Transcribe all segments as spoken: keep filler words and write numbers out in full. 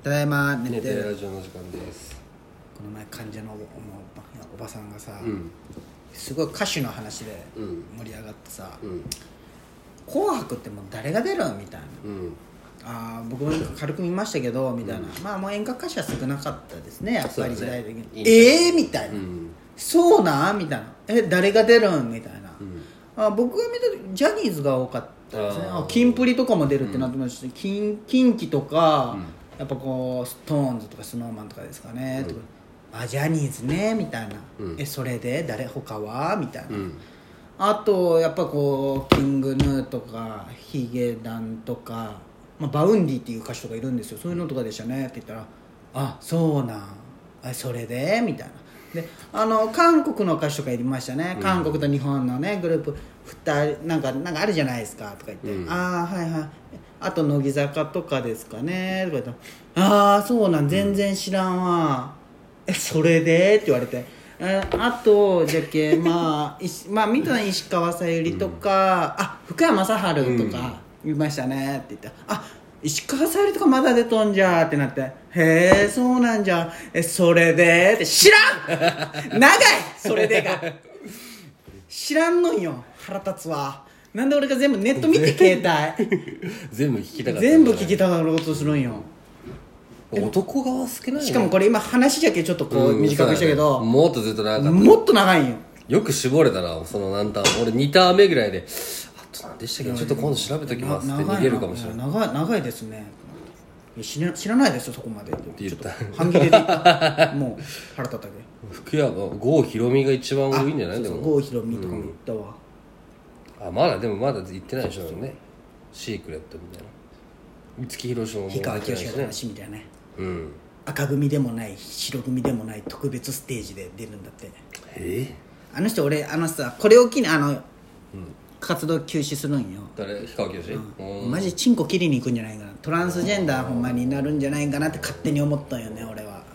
ただいま寝寝ててラジオの時間です。 この前患者のおおおばさんがさ、 うん、 すごい歌手の話でうん盛り上がってさ、 うん、 紅白ってもう誰が出るみたいな、 うん、 あ僕も軽く見ましたけどみたいな、うん、まあもう演歌歌手は少なかったですねやっぱり時代的に、ね、ええー、みたいな、うん、そうなんみたいな、え誰が出るんみたいな、うん、あ僕が見た時ジャニーズが多かったですね。あキンプリとかも出るってなってましたし、うん、キンキンキとか、うん、やっぱこうストーンズとかスノーマンとかですかね、うん、とかあジャニーズねみたいな、うん、えそれで誰他はみたいな、うん、あとやっぱこうキングヌーとかヒゲダンとか、まあ、バウンディっていう歌手とかいるんですよ。そういうのとかでしたねって言ったら、あそうなんあそれでみたいなで、あの韓国の歌手とかいましたね、うん、韓国と日本のねグループふたりなんかなんかあるじゃないですかとか言って、うん、ああはいはいあと乃木坂とかですかねとか言ったら、ああそうなん全然知らんわ、うん、えそれでって言われて、えあとじゃけまあまあ見た石川さゆりとか、うん、あ福山雅治とかいましたねって言って、あ石川さゆりとかまだ出とんじゃーってなって、へえそうなんじゃえそれでって知らん長いそれでが知らんのんよ腹立つわ。なんで俺が全部ネット見て携帯全部聞きたかった、ね、 全部聞きたがろうとするんよ。 男側少ないね。 しかもこれ今話じゃけちょっとこう短くしたけど、 うんね、もっとずっと長かった。 もっと長いんよ。 よく絞れたなその何ターン俺にターン目ぐらいであと何でしたっけどちょっと今度調べときますって逃げるかもしれない。 長い長いですね。知ら、知らないですよそこまでって言った半切れで言ったもう腹立ったけ福山郷ひろみが一番多いんじゃない。でも郷ひろみとかも言ったわ、 うん、あまだでもまだ言ってないでしょね。シークレットみたいな五木ひろしももう氷川きよしの話みたいなね、 うん、 赤組でもない白組でもない特別ステージで出るんだって。 えー、あの人俺あのさこれを機にあの、うん、活動休止するんよ。 誰氷川きよし、 うん、マジチンコ切りに行くんじゃないかな。トランスジェンダーほんまになるんじゃないかなって勝手に思ったんよね俺は。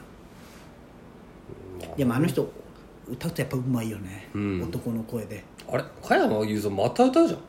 でもあの人歌うとやっぱうまいよね、うん、男の声で。 あれ加山雄三また歌うじゃん。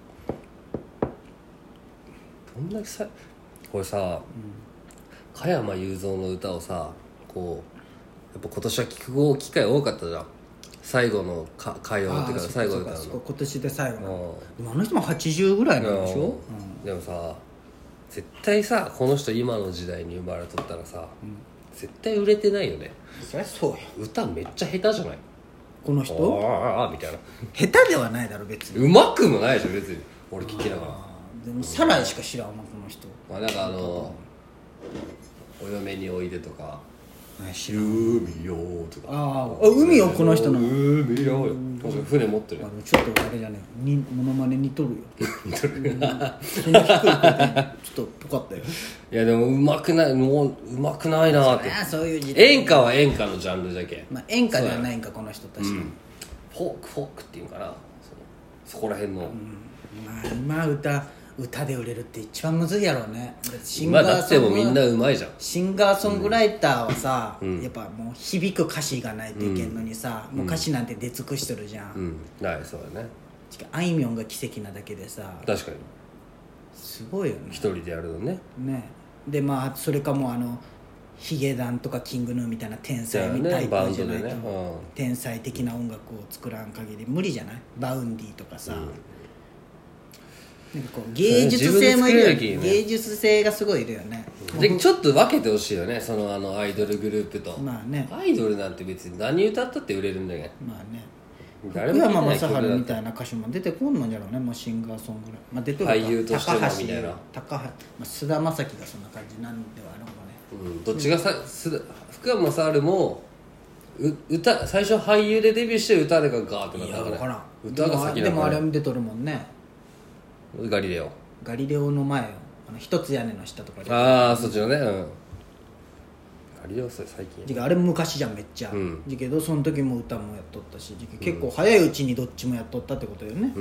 どんだけさこれさ、うん、加山雄三の歌をさこうやっぱ今年は聴く機会多かったじゃん。最後のか歌謡っていうか最後の歌の今年で最後の。でもあの人もはちじゅうぐらいなんでしょ、うん、 でもさ絶対さこの人今の時代に生まれとったらさ、うん、絶対売れてないよね。 そりゃそうよ。 歌めっちゃ下手じゃないこの人。 ああみたいな下手ではないだろ別に。 うまくもないでしょ別に俺聞きながら。 でもサライしか知らんわこの人。 まあなんかあのお嫁においでとか知らん海よとか。 ああ海よこの人の海よ船持ってる。 あのちょっとあれじゃねにモノマネ似とるよ似とるそんな低い声でちょっとぽかったよ。 いやでもうまくないもううまくないなって。 そういう時代演歌は演歌のジャンルじゃけ、 まあ、演歌ではないんかこの人確かに、うん、 フォークフォークっていうかな そ, そこら辺の、うん、 まあ今歌歌で売れるって一番むずいやろうね。 シンガーだってもみんなうまいじゃん。 シンガーソングライターはさ、うん、やっぱもう響く歌詞がないといけんのにさ、うん、もう歌詞なんて出尽くしてるじゃん、うん、 ないそうだね。 あいみょんが奇跡なだけでさ確かにすごいよね一人でやるのね。 ねでまあそれかもうあのヒゲダンとかキングヌーみたいな天才みたいなじゃないと、ねねうん、天才的な音楽を作らん限り無理じゃない。バウンディとかさ、うんなんかこう芸術性もいるよ、ね、芸術性がすごいいるよね。 でちょっと分けてほしいよねそのあのアイドルグループと。 まあねアイドルなんて別に何歌ったって売れるんだけど。 まあね福山雅治みたいな歌手も出てこんのじゃろうね。もうシンガーソングライ、まあ、出てるか俳優としてもみたいな高橋、まあ、菅田将暉がそんな感じなんではあるのね、うん、どっちがさ、うん、福山雅治もう歌最初俳優でデビューして歌でガーッとなったから、ね、いや分からん歌が先なのか、ね、 でもあれも出とるもんね。 ガリレオガリレオの前よあの一つ屋根の下とかで。 ああそっちのね、うん、ガリレオ最近あれ昔じゃんめっちゃ、うん、だけどその時も歌もやっとったし結構早いうちにどっちもやっとったってことよね、うん、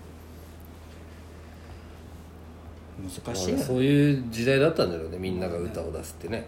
難しいよ、ね、 そういう時代だったんだろうねみんなが歌を出すってね、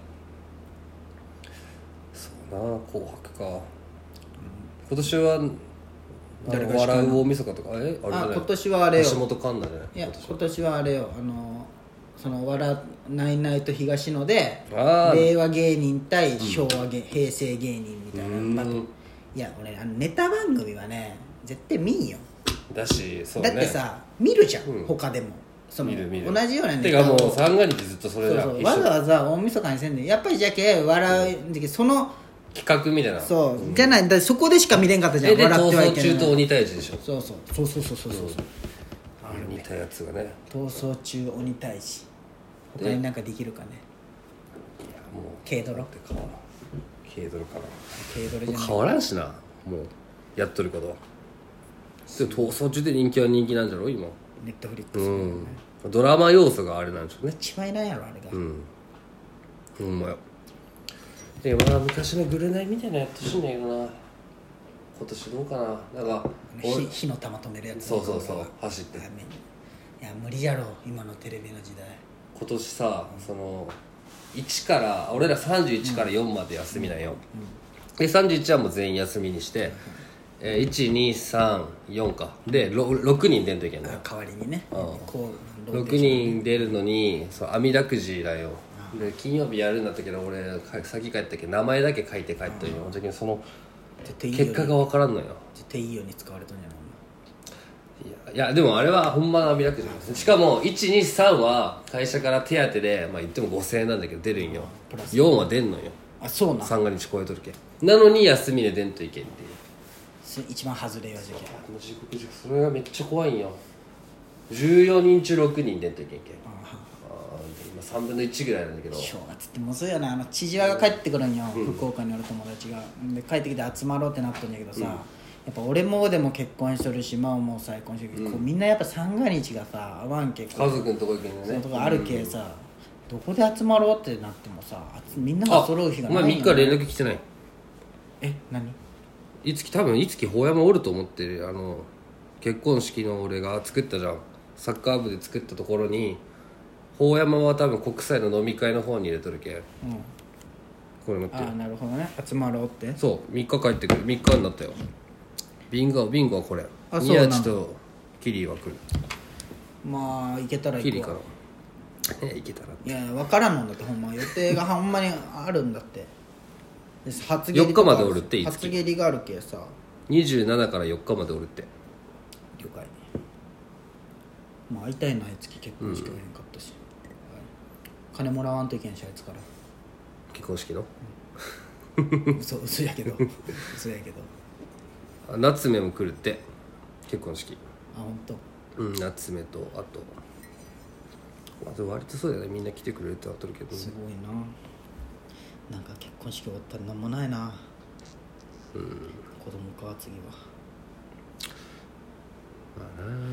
うん、そうな紅白か、うん、今年は誰が笑う大晦日とかえあれじゃない。 あ今年はあれよ橋本環奈じゃない。 いや今年はあれよあのその笑ないないと東野であー令和芸人対昭和芸、平成芸人みたいなうんバトル。いや俺あのネタ番組はね絶対見んよ。 だしそうねだってさ見るじゃん、 うん他でもその見る見る同じようなてかもうネタを三が日ずっとそれじゃん一緒そうそうわざわざ大晦日にせんでやっぱりじゃけ笑うんだけどその企画みたいなそう、じゃないだからそこでしか見れんかったじゃん。 えで逃笑ってはいけない走中と鬼退治でしょそうそうそうそうそうそうそう、 似たやつがね逃走中鬼退治他になんかできるかね。 いやもう軽泥って変わらん軽泥かな軽泥じゃない変わらんしなもうやっとることで逃走中で人気は人気なんじゃろ今。 ネットフリックス、 うんドラマ要素があれなんでしょうね。 一番いないやろあれが、 うんほんまよ。でまあ昔のグルナイみたいなのやってほしいんだけどな今年どうかな。なんか火火の玉止めるやつそうそうそう走っていや無理やろ今のテレビの時代。 今年さそのいちから俺らさんじゅういちからよんまで休みなんよ、でさんじゅういちはもう全員休みにして、えー、いちにさんよんかで 6, ろくにん出んといけんのよ。 代わりにね、 うんこうろくにん出るのにそう網だくじだよ。で金曜日やるんだったけど俺先帰ったけど名前だけ書いて帰ったよ。だけどその絶対いいよ結果が分からんのよ。 絶対いいように使われたんじゃないいやいやでもあれはほんまの網だくじなんですね。しかもいちにさんは会社から手当でまあ言ってもごせんえんなんだけど出るんよ。よんは出んのよ。 あそうな三が日超えとるけんなのに休みで出んといけんっていう。 一番外れよじゃけこの地獄地獄それがめっちゃ怖いんよ。じゅうよにん中ろくにん出んといけんけん。あ今さんぶんのいちぐらいなんだけど正月ってもうそうやな。あの千々和が帰ってくるんよ、うん、福岡におる友達がで帰ってきて集まろうってなったんだけどさ、うん、やっぱ俺もでも結婚しとるし真央も再婚してるけど、うん、こうみんなやっぱ三が日がさ合わんけ家族のとこ行けんのねそういうとこあるけさ、うん、どこで集まろうってなってもさみんなが揃う日がないの、 ね、お前みっか連絡来てない。 え何いつき多分いつき法山おると思ってる。あの結婚式の俺が作ったじゃんサッカー部で作ったところに法山は多分国際の飲み会の方に入れとるけん、うん、これ待ってああなるほどね集まろうってそうみっか帰ってくるみっかになったよ。ビンゴビンゴはこれ宮地とキリは来る。 まあ行けたら行くわキリかなえ行けたらいや分からんのだってほんま予定がほんまにあるんだって初よっかまでおるっていつ初蹴りがあるけさにじゅうしちからよっかまでおるって了解。まあ会いたいなあいつき結婚式はへんかったし、うん、金もらわんといけんしあいつから結婚式の、 うん、嘘嘘やけど嘘やけど夏目も来るって結婚式。 あ本当。 うん夏目とあとあと割とそうだよねみんな来てくれるってなっとるけど、ね、 すごいな。なんか結婚式終わったらなんもないな。うん子供か次はまあな、うん、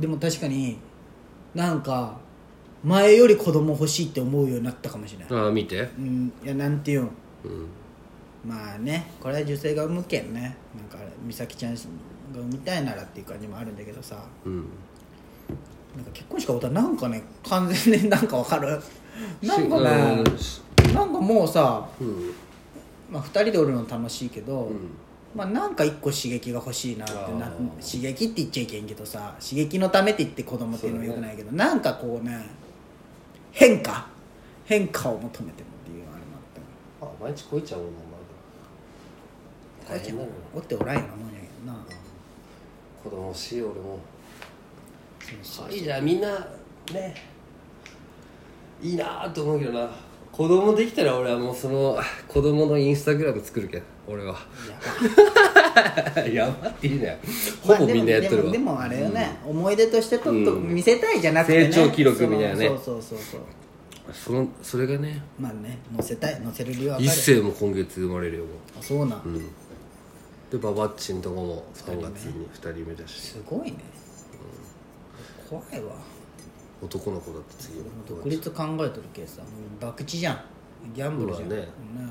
でも確かになんか前より子供欲しいって思うようになったかもしれない。 ああ見てうんいやなんていうん、 うん、 まあねこれは女性が産むけんねなんか美咲ちゃんが産みたいならっていう感じもあるんだけどさ、うん、なんか結婚式終わったらなんかね完全になんかわかるなんかねなんかもうさ、うんまあ、ふたりでおるの楽しいけど、うんまあ、なんか一個刺激が欲しいなってな刺激って言っちゃいけんけどさ刺激のためって言って子供っていうのはよくないけど、ね、なんかこうね変化変化を求めてもっていうあれもあった。 あ毎日こいちゃうもんなこいちゃうおっておらんようなもんやけどな。 子供欲しい俺もそうそういいじゃんみんなねいいなと思うけどな。子供できたら俺はもうその子供のインスタグラム作るけど俺はやばやばっていいねほぼみんなやってるわ、 まあ、でも、でもあれよね、うん、思い出としてとっと見せたいじゃなくてね、 成長記録みたいなね。 そうそうそうそうそのそれがねまあね載せたい載せる理由は一世も今月生まれるよもう。 あそうなん、 うん、でババッチんとこもさんがつにふたりめだし、ね、 すごいね、うん、怖いわ。 男の子だって次は独立考えてるけさ博打じゃんギャンブルじゃん、ねね、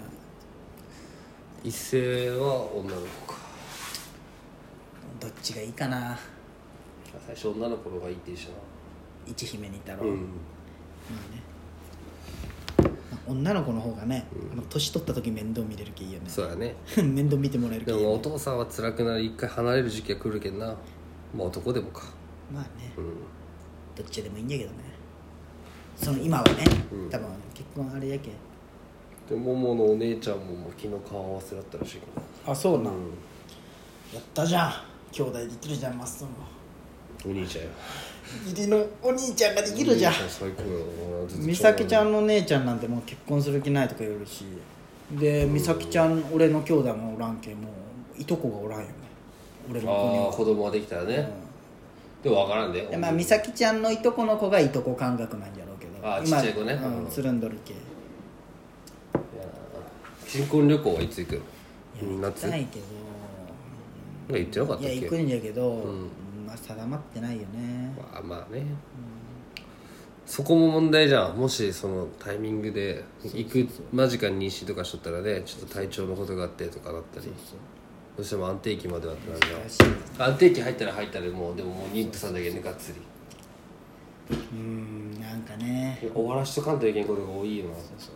一世は女の子か。 どっちがいいかな。 最初女の子の方がいいって言うしな一姫にいたろ、 うんまあね、女の子の方がね、うん、あの年取った時面倒見れるけいいよね。 そうだね面倒見てもらえるけいい、ね、 でもお父さんは辛くなる一回離れる時期が来るけんな。まあ男でもかまあね、うん、どっちでもいいんだけどね。 その今はね、 うん、 多分結婚あれやけでもものお姉ちゃんももう昨日顔合わせだったらしいけどあそうなん、 うん、 やったじゃん兄弟できるじゃんマッソもお兄ちゃんよ義理のお兄ちゃんができるじゃん最高よ美咲ちゃんの姉ちゃんなんてもう結婚する気ないとか言うしで美咲ちゃん俺の兄弟もおらんけもういとこがおらんよね俺の子にはああ子供ができたらね、うん、でも分からんでで、まあ、美咲ちゃんのいとこの子がいとこ感覚なんやろうけどああちっちゃい子ねうん、つるんどるけ新婚旅行はいつ行くの？夏？ 行きたいけど言ってなかったっけ？ いや行くんやけど、 うん、 まあ定まってないよねまあまあね、うん、そこも問題じゃんもしそのタイミングで行く間近に妊娠とかしとったらねちょっと体調のことがあってとかだったりそうそうどうしても安定期まではってなるじゃん安定期入ったら入ったらもうでももう妊婦さんだけねがっつりうーんなんかね終わらしとかんといけんことが多いよなそうそう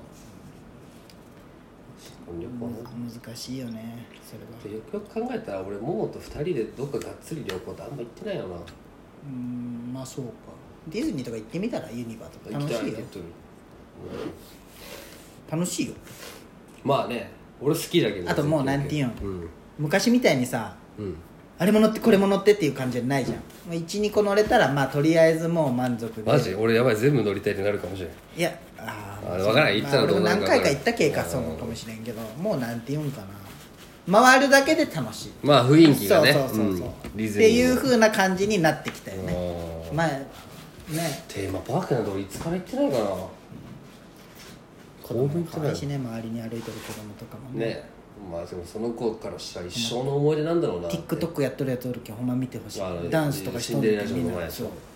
旅行ね難しいよねそれはよくよく考えたら俺ももとふたりでどっかがっつり旅行ってあんま行ってないよなうーんまあそうかディズニーとか行ってみたらユニバとか楽しいよ楽しいよまあね俺好きだけどあともうなんていうん、 うん、 昔みたいにさ、うん、あれも乗ってこれも乗ってっていう感じじゃないじゃんいちにこ乗れたらまあとりあえずもう満足でマジ俺やばい全部乗りたいってなるかもしれないいやああれ分からない行ったらどうなるか、 まあ、俺も何回か行った経過そうかもしれんけどもうなんて言うんかな回るだけで楽しいまあ雰囲気がねそうそうそうそう、うん、 っていう風な感じになってきたよねまあねテーマパークなんて俺いつから行ってないかな子供可愛いしね周りに歩いてる子供とかもねねまあでもその子からしたら一生の思い出なんだろうな TikTok やっとるやつおるけんほんま見てほしいダンスとかしとんでみんなそう